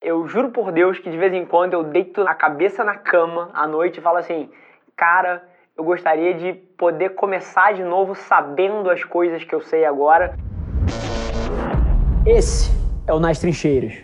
Eu juro por Deus que de vez em quando eu deito a cabeça na cama à noite e falo assim, cara, eu gostaria de poder começar de novo sabendo as coisas que eu sei agora. Esse é o Nas Trincheiras.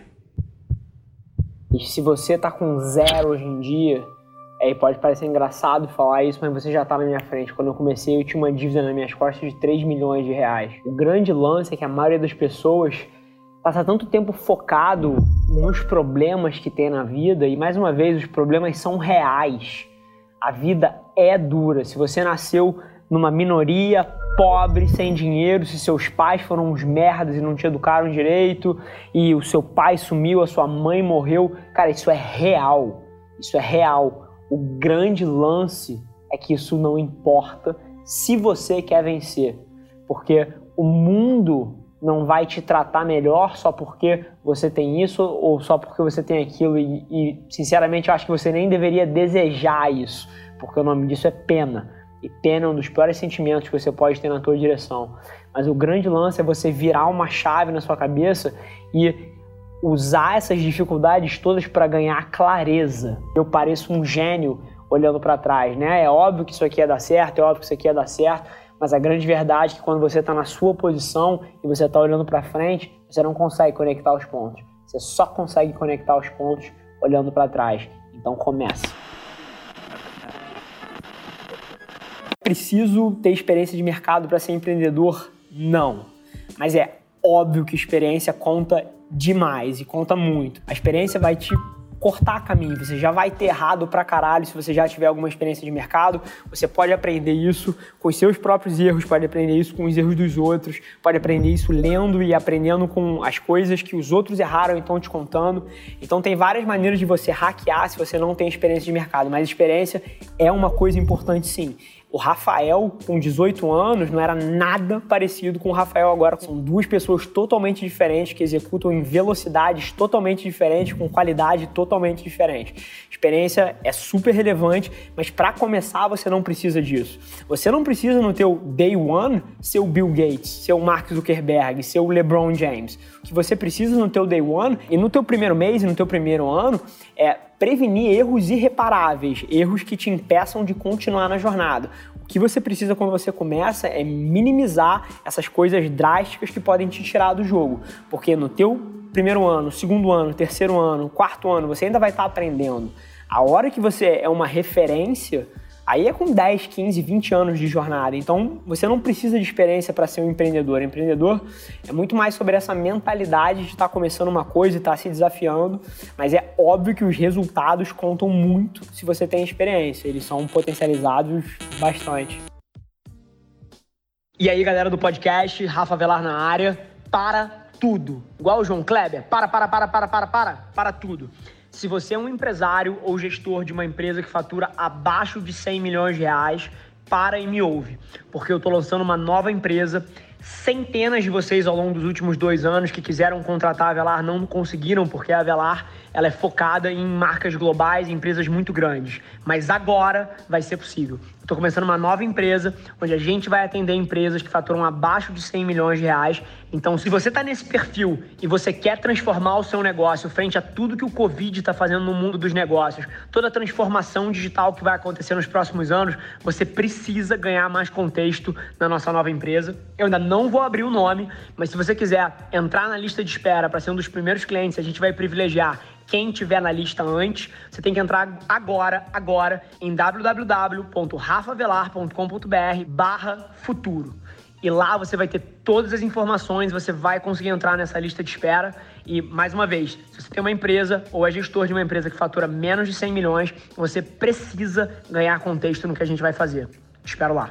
E se você tá com 0 hoje em dia, pode parecer engraçado falar isso, mas você já tá na minha frente. Quando eu comecei, eu tinha uma dívida nas minhas costas de 3 milhões de reais. O grande lance é que a maioria das pessoas passa tanto tempo focado nos problemas que tem na vida, e mais uma vez, os problemas são reais. A vida é dura. Se você nasceu numa minoria, pobre, sem dinheiro, se seus pais foram uns merdas e não te educaram direito, e o seu pai sumiu, a sua mãe morreu, cara, isso é real. Isso é real. O grande lance é que isso não importa se você quer vencer, porque o mundo não vai te tratar melhor só porque você tem isso ou só porque você tem aquilo e sinceramente eu acho que você nem deveria desejar isso, porque o nome disso é pena, e pena é um dos piores sentimentos que você pode ter na tua direção. Mas o grande lance é você virar uma chave na sua cabeça e usar essas dificuldades todas para ganhar clareza. Eu pareço um gênio olhando para trás, né? É óbvio que isso aqui ia dar certo, é óbvio que isso aqui ia dar certo, mas a grande verdade é que quando você está na sua posição e você está olhando para frente, você não consegue conectar os pontos. Você só consegue conectar os pontos olhando para trás. Então começa. Preciso ter experiência de mercado para ser empreendedor? Não. Mas é óbvio que experiência conta demais e conta muito. A experiência vai te cortar caminho, você já vai ter errado pra caralho se você já tiver alguma experiência de mercado. Você pode aprender isso com os seus próprios erros, pode aprender isso com os erros dos outros, pode aprender isso lendo e aprendendo com as coisas que os outros erraram e estão te contando. Então tem várias maneiras de você hackear se você não tem experiência de mercado, mas experiência é uma coisa importante sim. O Rafael, com 18 anos, não era nada parecido com o Rafael agora. São duas pessoas totalmente diferentes, que executam em velocidades totalmente diferentes, com qualidade totalmente diferente. Experiência é super relevante, mas para começar você não precisa disso. Você não precisa no teu day one ser o Bill Gates, ser o Mark Zuckerberg, ser o LeBron James. O que você precisa no teu day one e no teu primeiro mês e no teu primeiro ano é prevenir erros irreparáveis, erros que te impeçam de continuar na jornada. O que você precisa quando você começa é minimizar essas coisas drásticas que podem te tirar do jogo, porque no teu primeiro ano, segundo ano, terceiro ano, quarto ano, você ainda vai estar aprendendo. A hora que você é uma referência, aí é com 10, 15, 20 anos de jornada. Então, você não precisa de experiência para ser um empreendedor. Empreendedor é muito mais sobre essa mentalidade de estar começando uma coisa e estar se desafiando, mas é óbvio que os resultados contam muito se você tem experiência. Eles são potencializados bastante. E aí, galera do podcast, Rafa Velar na área, para tudo. Igual o João Kleber, para tudo. Se você é um empresário ou gestor de uma empresa que fatura abaixo de 100 milhões de reais, para e me ouve, porque eu estou lançando uma nova empresa. Centenas de vocês ao longo dos últimos 2 anos que quiseram contratar a Velar não conseguiram, porque a Velar ela é focada em marcas globais e empresas muito grandes. Mas agora vai ser possível. Estou começando uma nova empresa, onde a gente vai atender empresas que faturam abaixo de 100 milhões de reais. Então, se você está nesse perfil e você quer transformar o seu negócio frente a tudo que o Covid está fazendo no mundo dos negócios, toda a transformação digital que vai acontecer nos próximos anos, você precisa ganhar mais contexto na nossa nova empresa. Eu ainda não vou abrir o nome, mas se você quiser entrar na lista de espera para ser um dos primeiros clientes, a gente vai privilegiar quem tiver na lista antes. Você tem que entrar agora em www.rafavelar.com.br/futuro. E lá você vai ter todas as informações, você vai conseguir entrar nessa lista de espera. E, mais uma vez, se você tem uma empresa ou é gestor de uma empresa que fatura menos de 100 milhões, você precisa ganhar contexto no que a gente vai fazer. Te espero lá.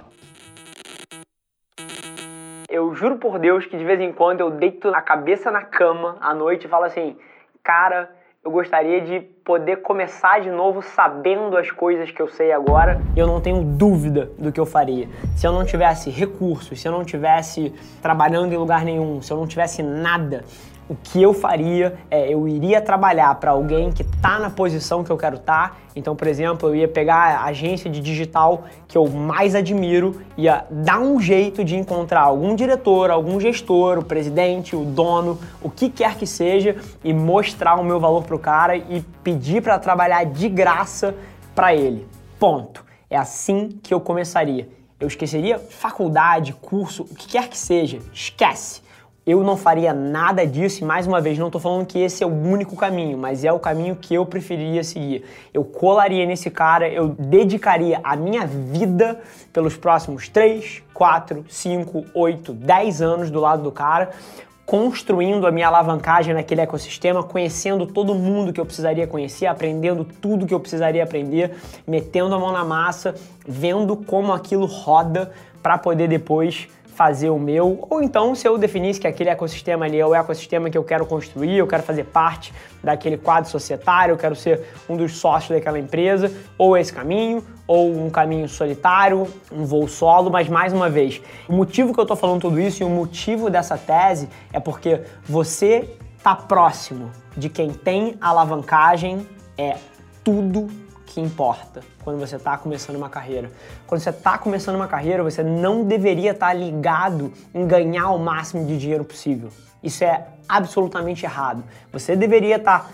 Eu juro por Deus que de vez em quando eu deito a cabeça na cama à noite e falo assim, cara, eu gostaria de poder começar de novo sabendo as coisas que eu sei agora. Eu não tenho dúvida do que eu faria. Se eu não tivesse recursos, se eu não tivesse trabalhando em lugar nenhum, se eu não tivesse nada, o que eu faria eu iria trabalhar para alguém que está na posição que eu quero estar. Então, por exemplo, eu ia pegar a agência de digital que eu mais admiro, ia dar um jeito de encontrar algum diretor, algum gestor, o presidente, o dono, o que quer que seja, e mostrar o meu valor pro cara e pedir para trabalhar de graça para ele. Ponto. É assim que eu começaria. Eu esqueceria faculdade, curso, o que quer que seja. Esquece. Eu não faria nada disso e, mais uma vez, não estou falando que esse é o único caminho, mas é o caminho que eu preferiria seguir. Eu colaria nesse cara, eu dedicaria a minha vida pelos próximos 3, 4, 5, 8, 10 anos do lado do cara, construindo a minha alavancagem naquele ecossistema, conhecendo todo mundo que eu precisaria conhecer, aprendendo tudo que eu precisaria aprender, metendo a mão na massa, vendo como aquilo roda para poder depois fazer o meu, ou então se eu definisse que aquele ecossistema ali é o ecossistema que eu quero construir, eu quero fazer parte daquele quadro societário, eu quero ser um dos sócios daquela empresa, ou esse caminho, ou um caminho solitário, um voo solo, mas mais uma vez, o motivo que eu tô falando tudo isso e o motivo dessa tese é porque você tá próximo de quem tem alavancagem, é tudo que importa quando você está começando uma carreira. Quando você está começando uma carreira, você não deveria estar ligado em ganhar o máximo de dinheiro possível. Isso é absolutamente errado. Você deveria estar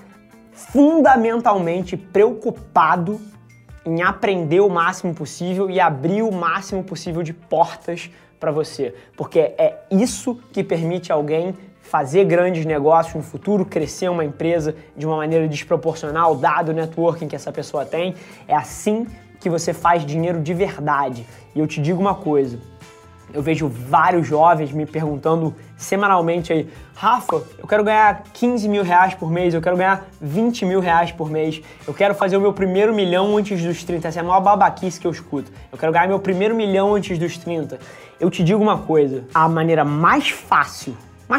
fundamentalmente preocupado em aprender o máximo possível e abrir o máximo possível de portas para você, porque é isso que permite alguém fazer grandes negócios no futuro, crescer uma empresa de uma maneira desproporcional, dado o networking que essa pessoa tem. É assim que você faz dinheiro de verdade. E eu te digo uma coisa, eu vejo vários jovens me perguntando semanalmente aí, Rafa, eu quero ganhar 15 mil reais por mês, eu quero ganhar 20 mil reais por mês, eu quero fazer o meu primeiro milhão antes dos 30, essa é a maior babaquice que eu escuto. Eu quero ganhar meu primeiro milhão antes dos 30. Eu te digo uma coisa, a maneira mais fácil,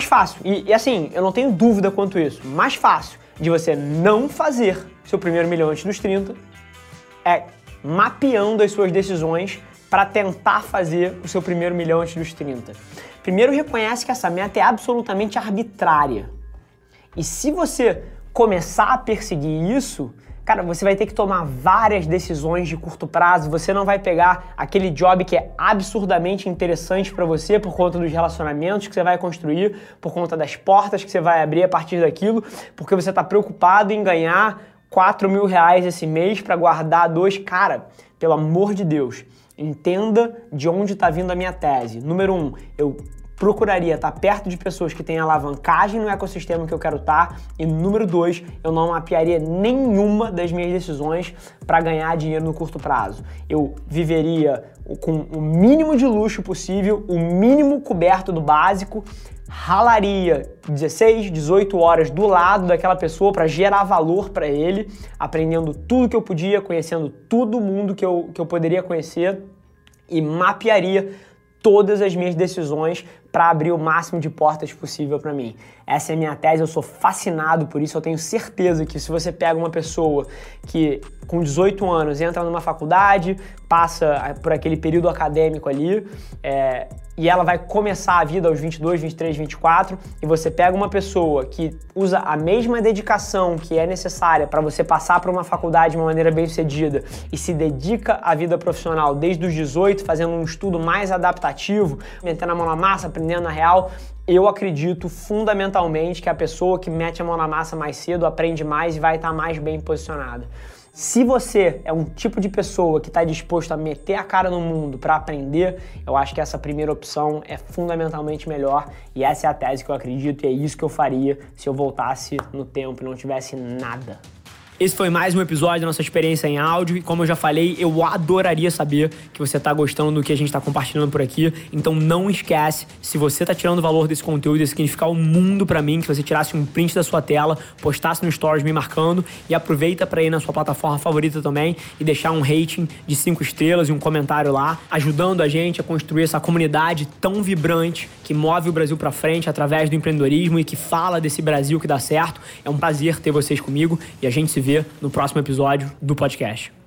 e assim, eu não tenho dúvida quanto isso, mais fácil de você não fazer seu primeiro milhão antes dos 30 é mapeando as suas decisões para tentar fazer o seu primeiro milhão antes dos 30. Primeiro, reconhece que essa meta é absolutamente arbitrária. E se você começar a perseguir isso, cara, você vai ter que tomar várias decisões de curto prazo, você não vai pegar aquele job que é absurdamente interessante para você por conta dos relacionamentos que você vai construir, por conta das portas que você vai abrir a partir daquilo, porque você está preocupado em ganhar 4 mil reais esse mês para guardar 2. Cara, pelo amor de Deus, entenda de onde está vindo a minha tese. Número 1, eu procuraria estar perto de pessoas que têm alavancagem no ecossistema que eu quero estar. E número 2, eu não mapearia nenhuma das minhas decisões para ganhar dinheiro no curto prazo. Eu viveria com o mínimo de luxo possível, o mínimo coberto do básico, ralaria 16, 18 horas do lado daquela pessoa para gerar valor para ele, aprendendo tudo que eu podia, conhecendo todo mundo que eu poderia conhecer e mapearia todas as minhas decisões para abrir o máximo de portas possível para mim. Essa é a minha tese, eu sou fascinado por isso, eu tenho certeza que se você pega uma pessoa que com 18 anos entra numa faculdade, passa por aquele período acadêmico ali, e ela vai começar a vida aos 22, 23, 24, e você pega uma pessoa que usa a mesma dedicação que é necessária para você passar por uma faculdade de uma maneira bem sucedida e se dedica à vida profissional desde os 18, fazendo um estudo mais adaptativo, metendo a mão na massa, aprendendo na real, eu acredito fundamentalmente que a pessoa que mete a mão na massa mais cedo aprende mais e vai estar mais bem posicionada. Se você é um tipo de pessoa que está disposto a meter a cara no mundo para aprender, eu acho que essa primeira opção é fundamentalmente melhor e essa é a tese que eu acredito e é isso que eu faria se eu voltasse no tempo e não tivesse nada. Esse foi mais um episódio da nossa experiência em áudio e como eu já falei, eu adoraria saber que você está gostando do que a gente está compartilhando por aqui. Então não esquece, se você está tirando valor desse conteúdo, ia significar o mundo para mim, que você tirasse um print da sua tela, postasse no Stories me marcando e aproveita para ir na sua plataforma favorita também e deixar um rating de 5 estrelas e um comentário lá, ajudando a gente a construir essa comunidade tão vibrante que move o Brasil para frente através do empreendedorismo e que fala desse Brasil que dá certo. É um prazer ter vocês comigo e a gente se vê no próximo episódio do podcast.